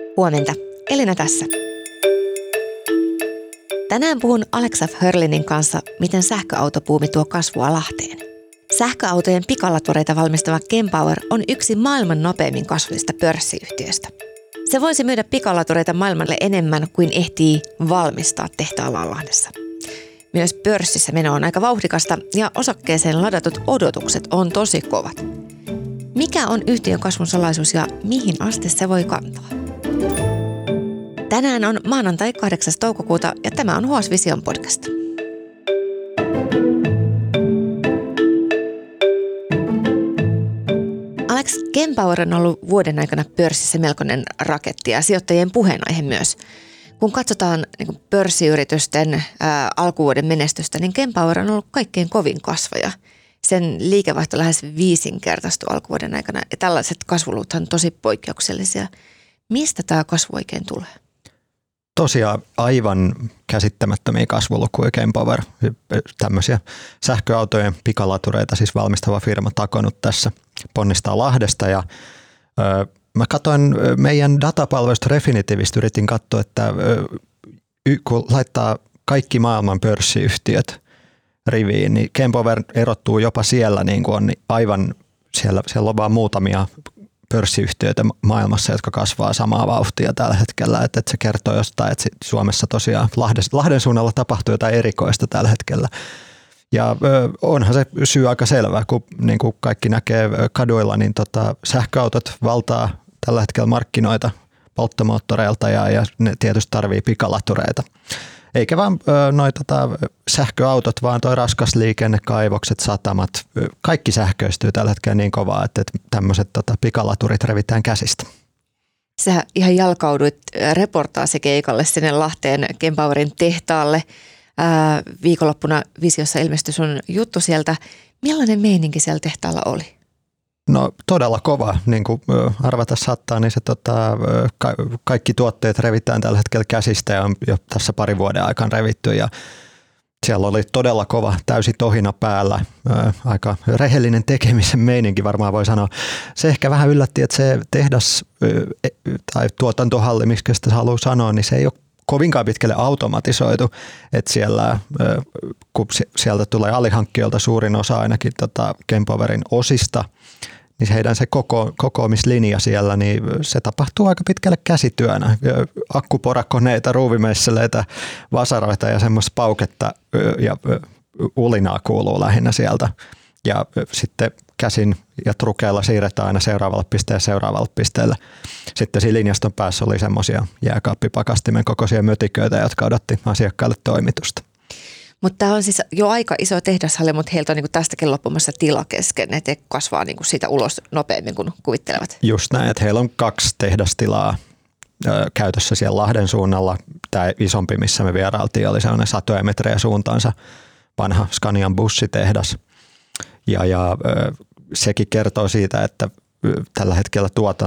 Huomenta, Elina tässä. Tänään puhun Alexa Hörlinin kanssa, miten sähköautobuumi tuo kasvua Lahteen. Sähköautojen pikalatureita valmistava Kempower on yksi maailman nopeimmin kasvavista pörssiyhtiöistä. Se voisi myydä pikalatureita maailmalle enemmän kuin ehtii valmistaa tehtaallaan Lahdessa. Myös pörssissä meno on aika vauhdikasta ja osakkeeseen ladatut odotukset on tosi kovat. Mikä on yhtiön kasvun salaisuus ja mihin asti se voi kantaa? Tänään on maanantai 8. toukokuuta ja tämä on HS Vision podcast. Alex, Kempower on ollut vuoden aikana pörssissä melkoinen raketti ja sijoittajien puheenaihe myös. Kun katsotaan pörssiyritysten alkuvuoden menestystä, niin Kempower on ollut kaikkein kovin kasvaja. Sen liikevaihto lähes viisinkertaistui alkuvuoden aikana ja tällaiset kasvuluvuthan on tosi poikkeuksellisia. Mistä tämä kasvu oikein tulee? Tosiaan aivan käsittämättömiä kasvulukuja Kempower, tämmöisiä sähköautojen pikalatureita siis valmistava firma takonut tässä, ponnistaa Lahdesta ja mä katsoin meidän datapalvelusta Refinitivistä, yritin katsoa, että kun laittaa kaikki maailman pörssiyhtiöt riviin, niin Kempower erottuu jopa siellä, niin kuin on aivan siellä on vaan muutamia pörssiyhtiöitä maailmassa, jotka kasvaa samaa vauhtia tällä hetkellä, että se kertoo jostain, että Suomessa tosiaan Lahden suunnalla tapahtuu jotain erikoista tällä hetkellä. Ja onhan se syy aika selvä, kun niin kuin kaikki näkee kaduilla, niin sähköautot valtaa tällä hetkellä markkinoita polttomoottoreilta ja ne tietysti tarvii pikalatureita. Eikä vaan sähköautot, vaan toi raskas liikenne, kaivokset, satamat, kaikki sähköistyy tällä hetkellä niin kovaa, että tämmöiset pikalaturit revitään käsistä. Sä ihan jalkauduit reportaasikeikalle sinne Lahteen Kempowerin tehtaalle. Viikonloppuna Visiossa ilmestyi sun juttu sieltä. Millainen meininki siellä tehtaalla oli? No todella kova, niin kuin arvata saattaa, niin se kaikki tuotteet revitään tällä hetkellä käsistä ja on jo tässä parin vuoden aikana revitty ja siellä oli todella kova täysi tohina päällä, aika rehellinen tekemisen meininki varmaan voi sanoa. Se ehkä vähän yllätti, että se tehdas tai tuotantohalli, miksi sitä haluaa sanoa, niin se ei ole kovinkaan pitkälle automatisoitu, että siellä, kun sieltä tulee alihankkijoilta suurin osa ainakin Kempowerin osista, niin heidän se kokoamislinja siellä, niin se tapahtuu aika pitkälle käsityönä. Akkuporakoneita, ruuvimeisseleitä, vasaroita ja semmoista pauketta ja ulinaa kuuluu lähinnä sieltä. Ja sitten käsin ja trukeilla siirretään aina seuraavalle pisteelle. Sitten siinä linjaston päässä oli semmoisia jääkaappipakastimen kokoisia mötiköitä, jotka odotti asiakkaille toimitusta. Mutta tämä on siis jo aika iso tehdashalli, mutta heiltä on niinku tästäkin loppumassa tila kesken, että kasvaa niinku siitä ulos nopeammin kuin kuvittelevat. Just näin, että heillä on 2 tehdastilaa käytössä siellä Lahden suunnalla. Tämä isompi, missä me vierailtiin, oli sellainen satoja metrejä suuntaansa vanha Scanian bussitehdas. Ja sekin kertoo siitä, että tällä hetkellä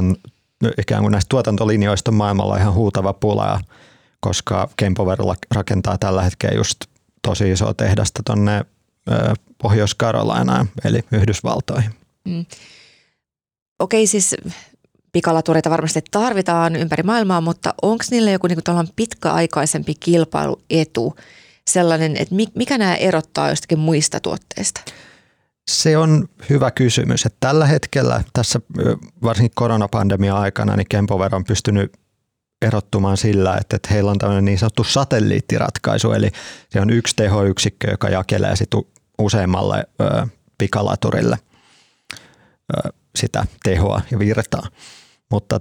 ikään kuin näistä tuotantolinjoista on maailmalla ihan huutava pula, koska Kempower rakentaa tällä hetkellä just tosi isoa tehdasta tuonne Pohjois-Carolinaan, eli Yhdysvaltoihin. Okei, siis pikalatureita varmasti tarvitaan ympäri maailmaa, mutta onko niillä joku niinku pitkäaikaisempi kilpailuetu sellainen, että mikä nämä erottaa jostakin muista tuotteista? Se on hyvä kysymys, että tällä hetkellä tässä varsinkin koronapandemian aikana niin Kempower on pystynyt erottumaan sillä, että heillä on tämmöinen niin sanottu satelliittiratkaisu, eli se on yksi tehoyksikkö, joka jakelee sitten useammalle pikalaturille sitä tehoa ja virtaa. Mutta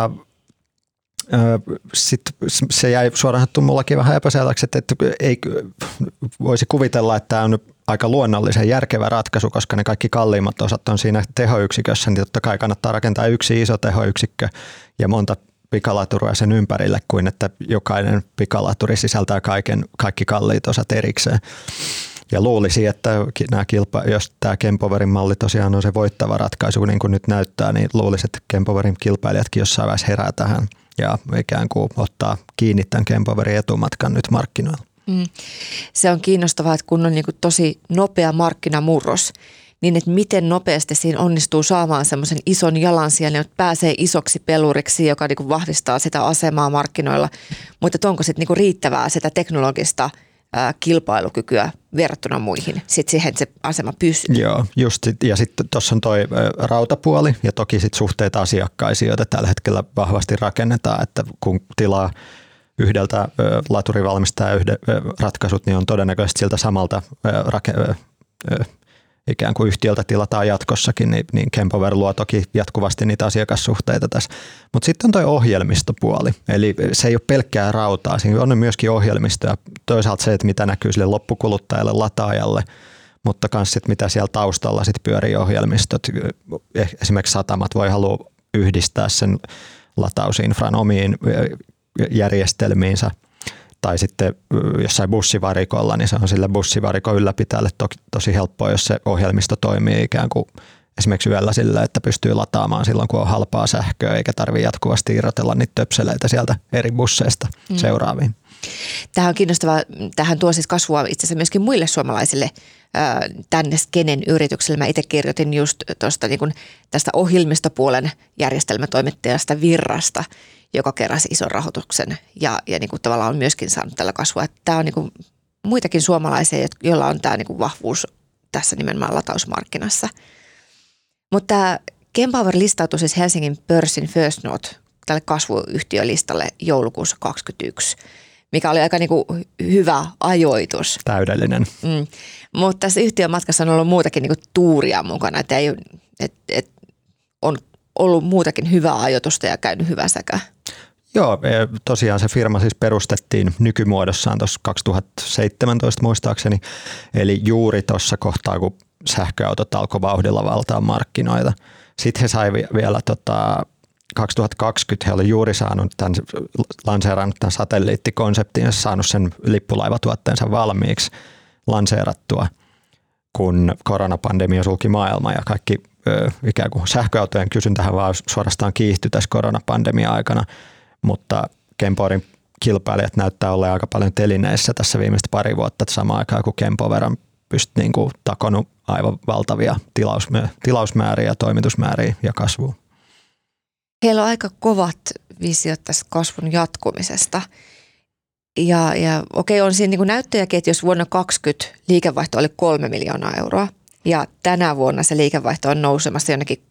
sitten se jäi suoraan mullakin vähän epäselväksi, että ei voisi kuvitella, että tämä on aika luonnollisen järkevä ratkaisu, koska ne kaikki kalliimmat osat on siinä tehoyksikössä, niin totta kai kannattaa rakentaa yksi iso tehoyksikkö ja monta pikalaturia sen ympärille, kuin että jokainen pikalaturi sisältää kaikki kalliit osat erikseen. Ja luulisi, että jos tämä Kempowerin malli tosiaan on se voittava ratkaisu, niin kuin nyt näyttää, niin luulisi, että Kempowerin kilpailijatkin jossain vaiheessa herää tähän ja ikään kuin ottaa kiinni tämän Kempowerin etumatkan nyt markkinoilla. Se on kiinnostavaa, että kun on niin kuin tosi nopea markkinamurros, niin että miten nopeasti siinä onnistuu saamaan semmoisen ison jalansijan, että pääsee isoksi peluriksi, joka niin kuin vahvistaa sitä asemaa markkinoilla, mutta onko sitten niin riittävää sitä teknologista kilpailukykyä verrattuna muihin, sitten siihen se asema pystyy. Joo, just ja sitten tuossa on toi rautapuoli ja toki sitten suhteet asiakkaisiin, joita tällä hetkellä vahvasti rakennetaan, että kun tilaa yhdeltä laturivalmistaja ratkaisut, niin on todennäköisesti siltä samalta ikään kuin yhtiöltä tilataan jatkossakin, niin Kempower luo toki jatkuvasti niitä asiakassuhteita tässä. Mutta sitten on toi ohjelmistopuoli, eli se ei ole pelkkää rautaa, siinä on myöskin ohjelmisto ja toisaalta se, että mitä näkyy sille loppukuluttajalle, lataajalle, mutta myös sitten mitä siellä taustalla sit pyörii ohjelmistot. Esimerkiksi satamat voi halua yhdistää sen latausinfran omiin järjestelmiinsä. Tai sitten jossain bussivarikolla, niin se on sille bussivarikon ylläpitäjälle tosi helppoa, jos se ohjelmisto toimii ikään kuin esimerkiksi yöllä sillä, että pystyy lataamaan silloin, kun on halpaa sähköä, eikä tarvitse jatkuvasti irrotella niitä töpseleitä sieltä eri busseista seuraaviin. Tämä on kiinnostavaa. Tähän tuo siis kasvua itse asiassa myöskin muille suomalaisille tänne skenen yrityksille. Mä itse kirjoitin just tuosta niin kuin tästä ohjelmistopuolen järjestelmätoimittajasta Virrasta, joka keräsi ison rahoituksen ja niin kuin tavallaan on myöskin saanut tällä kasvua. Että tämä on niin kuin muitakin suomalaisia, joilla on tämä niin kuin vahvuus tässä nimenomaan latausmarkkinassa. Mutta tämä Kempower listautui siis Helsingin pörssin First North tälle kasvuyhtiölistalle joulukuussa 2021, mikä oli aika niin kuin hyvä ajoitus. Täydellinen. Mutta tässä yhtiön matkassa on ollut muutakin niin kuin tuuria mukana, että on ollut muutakin hyvää ajoitusta ja käynyt hyvä säkä. Joo, tosiaan se firma siis perustettiin nykymuodossaan tuossa 2017 muistaakseni, eli juuri tuossa kohtaa, kun sähköautot alkoi vauhdilla valtaa markkinoita. Sitten he sai vielä 2020 he oli juuri lanseerannut tämän satelliittikonseptin ja saanut sen lippulaivatuotteensa valmiiksi lanseerattua, kun koronapandemia sulki maailmaa ja kaikki ikään kuin sähköautojen kysyntähän vaan suorastaan kiihtyi tässä koronapandemia-aikana, mutta Kempowerin kilpailijat näyttää olleen aika paljon telineissä tässä viimeistä pari vuotta samaan aikaan, kun Kempower on niin kuin takonut aivan valtavia tilausmääriä ja toimitusmääriä ja kasvua. Heillä on aika kovat visiot tästä kasvun jatkumisesta. Ja okei, on siinä niin kuin näyttöjäkin, että jos vuonna 2020 liikevaihto oli 3 miljoonaa euroa ja tänä vuonna se liikevaihto on nousemassa jonnekin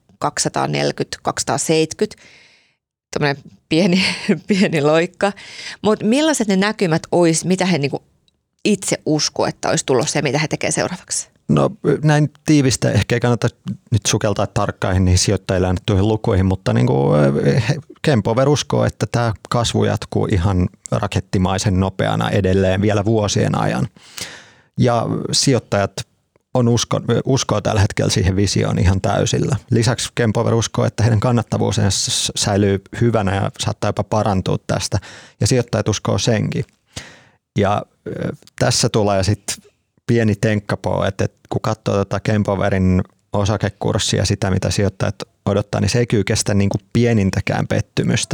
240-270, tämmöinen pieni loikka. Mutta millaiset ne näkymät olisi, mitä he niin kuin itse uskoo, että olisi tulossa ja mitä he tekevät seuraavaksi? No näin tiivistä ehkä ei kannata nyt sukeltaa tarkkaan niihin sijoittajille annettuihin lukuihin, mutta niin kuin Kempower uskoo, että tämä kasvu jatkuu ihan rakettimaisen nopeana edelleen vielä vuosien ajan. Ja sijoittajat uskoo tällä hetkellä siihen visioon ihan täysillä. Lisäksi Kempower uskoo, että heidän kannattavuutensa säilyy hyvänä ja saattaa jopa parantua tästä. Ja sijoittajat uskoo senkin. Ja tässä tulee sitten pieni tenkkapoo, että kun katsoo Kempowerin osakekurssia ja sitä, mitä sijoittajat odottaa, niin se ei kyllä kestä niin kuin pienintäkään pettymystä.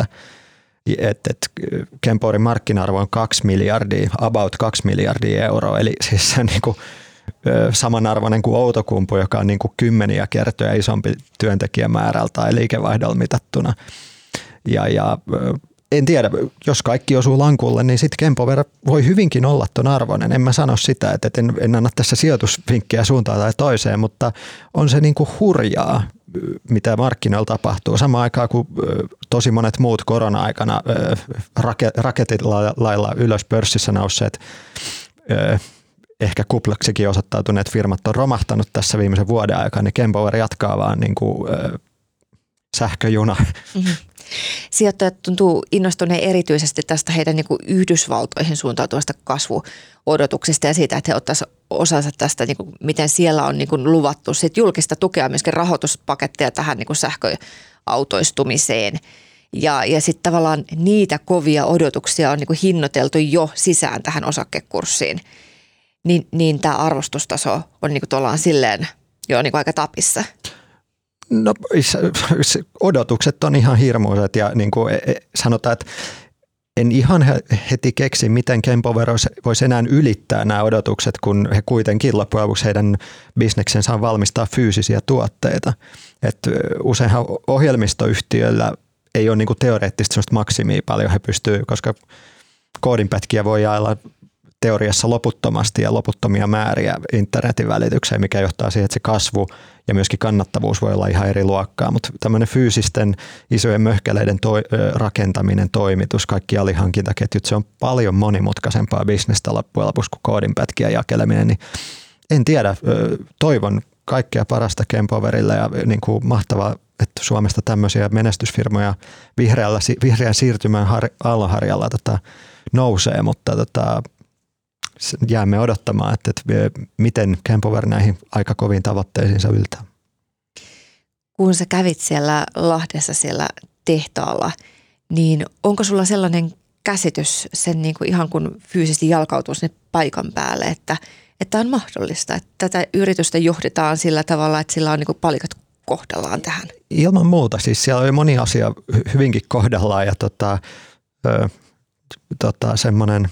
Kempowerin markkina-arvo on 2 miljardia, about 2 miljardia euroa, eli siis se on niin kuin samanarvoinen kuin Outokumpu, joka on niin kuin 10 kertoja isompi työntekijämäärältä tai liikevaihdolla mitattuna. Ja en tiedä, jos kaikki osuu lankulle, niin sitten Kempower voi hyvinkin olla ton arvoinen. En mä sano sitä, että en anna tässä sijoitusvinkkiä suuntaan tai toiseen, mutta on se niinku hurjaa, mitä markkinoilla tapahtuu. Samaan aikaan, kun tosi monet muut korona-aikana raketilla lailla ylös pörssissä nousseet, ehkä kuplaksikin osoittautuneet firmat on romahtanut tässä viimeisen vuoden aikana, niin Kempower jatkaa vaan niinku sähköjuna. Mm-hmm. Sijoittajat tuntuu innostuneen erityisesti tästä heidän niin kuin Yhdysvaltoihin suuntautuvasta kasvuodotuksista ja siitä, että he ottaisivat osansa tästä, niin kuin miten siellä on niin kuin luvattu sit julkista tukea, myöskin rahoituspaketteja tähän niin kuin sähköautoistumiseen. Ja sitten tavallaan niitä kovia odotuksia on niin kuin hinnoiteltu jo sisään tähän osakekurssiin. Niin tämä arvostustaso on niin kuin tuollaan silleen jo niin kuin aika tapissa. No odotukset on ihan hirmuiset ja niin kuin sanotaan, että en ihan heti keksi, miten Kempower voisi enää ylittää nämä odotukset, kun he kuitenkin loppujen lopuksi heidän bisneksensä on valmistaa fyysisiä tuotteita. Useinhan ohjelmistoyhtiöillä ei ole niinku teoreettisesti sellaista maksimia paljon, he pystyy, koska koodinpätkiä voi jaella teoriassa loputtomasti ja loputtomia määriä internetin välitykseen, mikä johtaa siihen, että se kasvu ja myöskin kannattavuus voi olla ihan eri luokkaa, mutta tämmöinen fyysisten isojen möhkäleiden rakentaminen, toimitus, kaikki alihankintaketjut, se on paljon monimutkaisempaa bisnestä loppujen lopuksi kuin koodinpätkien jakeleminen, niin en tiedä, toivon kaikkea parasta Kempowerille ja niin kuin mahtavaa, että Suomesta tämmöisiä menestysfirmoja vihreän siirtymän aallonharjalla nousee, mutta jäämme odottamaan, että miten Kempower näihin aika koviin tavoitteisiinsa yltää. Kun sä kävit siellä Lahdessa siellä tehtaalla, niin onko sulla sellainen käsitys sen niin kuin ihan kun fyysisesti jalkautuu sinne paikan päälle, että on mahdollista, että tätä yritystä johdetaan sillä tavalla, että sillä on niin kuin palikat kohdallaan tähän? Ilman muuta. Siis siellä oli moni asia hyvinkin kohdallaan ja semmoinen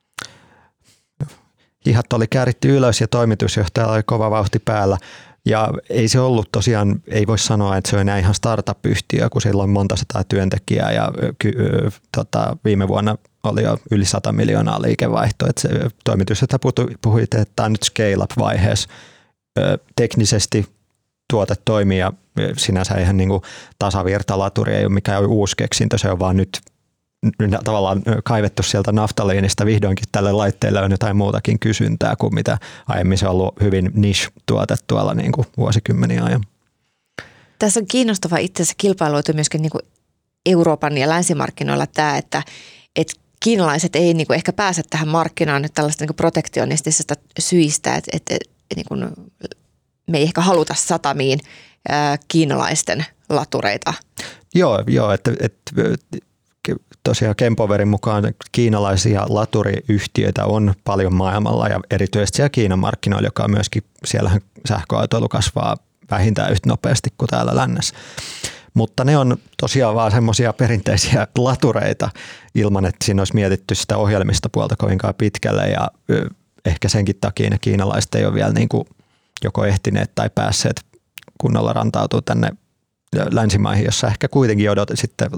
hihat oli kääritty ylös ja toimitusjohtajalla oli kova vauhti päällä. Ja ei se ollut tosiaan, ei voi sanoa, että se on enää ihan startup-yhtiö, kun sillä on monta sataa työntekijää ja viime vuonna oli jo yli 100 miljoonaa liikevaihtoa. Että se toimitusjohtaja puhui, että tämä on nyt scale-up-vaiheessa. Teknisesti tuote toimii ja sinänsä ihan niin kuin tasavirtalaturi ei ole mikään uusi keksintö, se on vaan nyt tavallaan kaivettu sieltä naftaliinista vihdoinkin tälle laitteelle on jotain muutakin kysyntää kuin mitä aiemmin se on ollut hyvin niche-tuote tuolla niin kuin vuosikymmeniä ajan. Tässä on kiinnostava itse asiassa kilpailuitu myöskin niin kuin Euroopan ja länsimarkkinoilla tämä, että kiinalaiset ei niin kuin ehkä pääse tähän markkinaan nyt tällaista niin kuin protektionistisesta syistä, että niin kuin me ei ehkä haluta satamiin kiinalaisten latureita. Joo, että tosiaan Kempowerin mukaan kiinalaisia laturiyhtiöitä on paljon maailmalla ja erityisesti siellä Kiinan markkinoilla, joka on myöskin, siellähän sähköautoilu kasvaa vähintään yhtä nopeasti kuin täällä lännessä. Mutta ne on tosiaan vaan semmoisia perinteisiä latureita ilman, että siinä olisi mietitty sitä ohjelmistopuolta kovinkaan pitkälle ja ehkä senkin takia ne kiinalaiset ei ole vielä niin kuin joko ehtineet tai päässeet kunnolla rantautua tänne länsimaihin, jossa ehkä kuitenkin sitten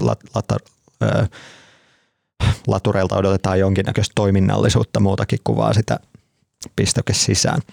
latureilta odotetaan jonkinnäköistä toiminnallisuutta muutakin kuin vaan sitä pistoke sisään.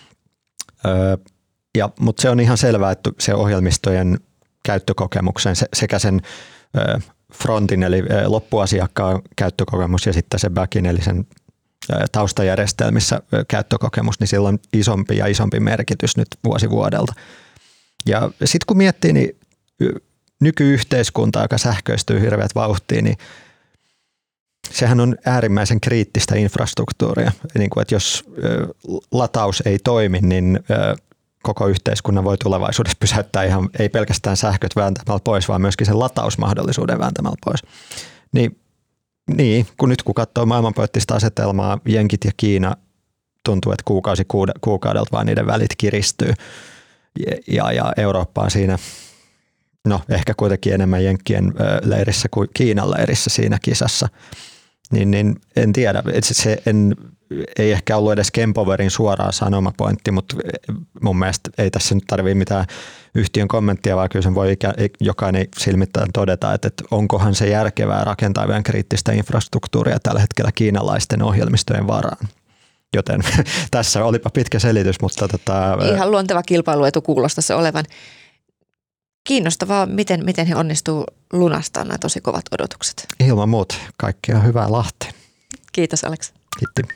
Mutta se on ihan selvää, että se ohjelmistojen käyttökokemuksen sekä sen frontin eli loppuasiakkaan käyttökokemus ja sitten se backin eli sen taustajärjestelmissä käyttökokemus, niin sillä on isompi ja isompi merkitys nyt vuosi vuodelta. Ja sitten kun miettii, niin nykyyhteiskunta, joka sähköistyy hirveät vauhtiin, niin sehän on äärimmäisen kriittistä infrastruktuuria. Niin kuin, että jos lataus ei toimi, niin koko yhteiskunnan voi tulevaisuudessa pysäyttää ihan ei pelkästään sähköt vääntämällä pois, vaan myöskin sen latausmahdollisuuden vääntämällä pois. Niin, kun katsoo maailmanpoliittista asetelmaa, jenkit ja Kiina tuntuu, että kuukaudelta vaan niiden välit kiristyy ja Eurooppa on siinä, no ehkä kuitenkin enemmän jenkkien leirissä kuin Kiinan leirissä siinä kisassa, niin en tiedä, ei ehkä ollut edes Kempowerin suoraan sanomapointti, mutta mun mielestä ei tässä nyt tarvitse mitään yhtiön kommenttia, vaan kyllä sen voi jokainen silmittäin todeta, että onkohan se järkevää rakentaa vielä kriittistä infrastruktuuria tällä hetkellä kiinalaisten ohjelmistojen varaan. Joten tässä olipa pitkä selitys, mutta ihan luonteva kilpailuetu kuulostaisi olevan. Kiinnostavaa, miten he onnistuu lunastamaan nämä tosi kovat odotukset. Ilman muuta. Kaikkea hyvää Lahteen. Kiitos Alex. Kiitos.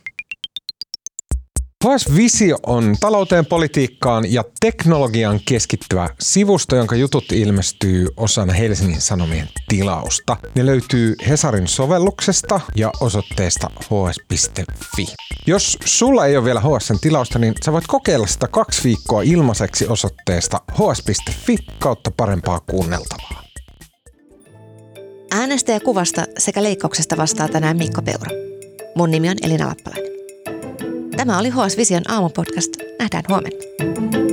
HS Visio on talouteen, politiikkaan ja teknologiaan keskittyvä sivusto, jonka jutut ilmestyy osana Helsingin Sanomien tilausta. Ne löytyy Hesarin sovelluksesta ja osoitteesta hs.fi. Jos sulla ei ole vielä HS:n tilausta, niin sä voit kokeilla sitä 2 viikkoa ilmaiseksi osoitteesta hs.fi/parempaa kuunneltavaa. Äänestäjäkuvasta sekä leikkauksesta vastaa tänään Mikko Peura. Mun nimi on Elina Lappalainen. Tämä oli HS Vision aamupodcast. Nähdään huomenna.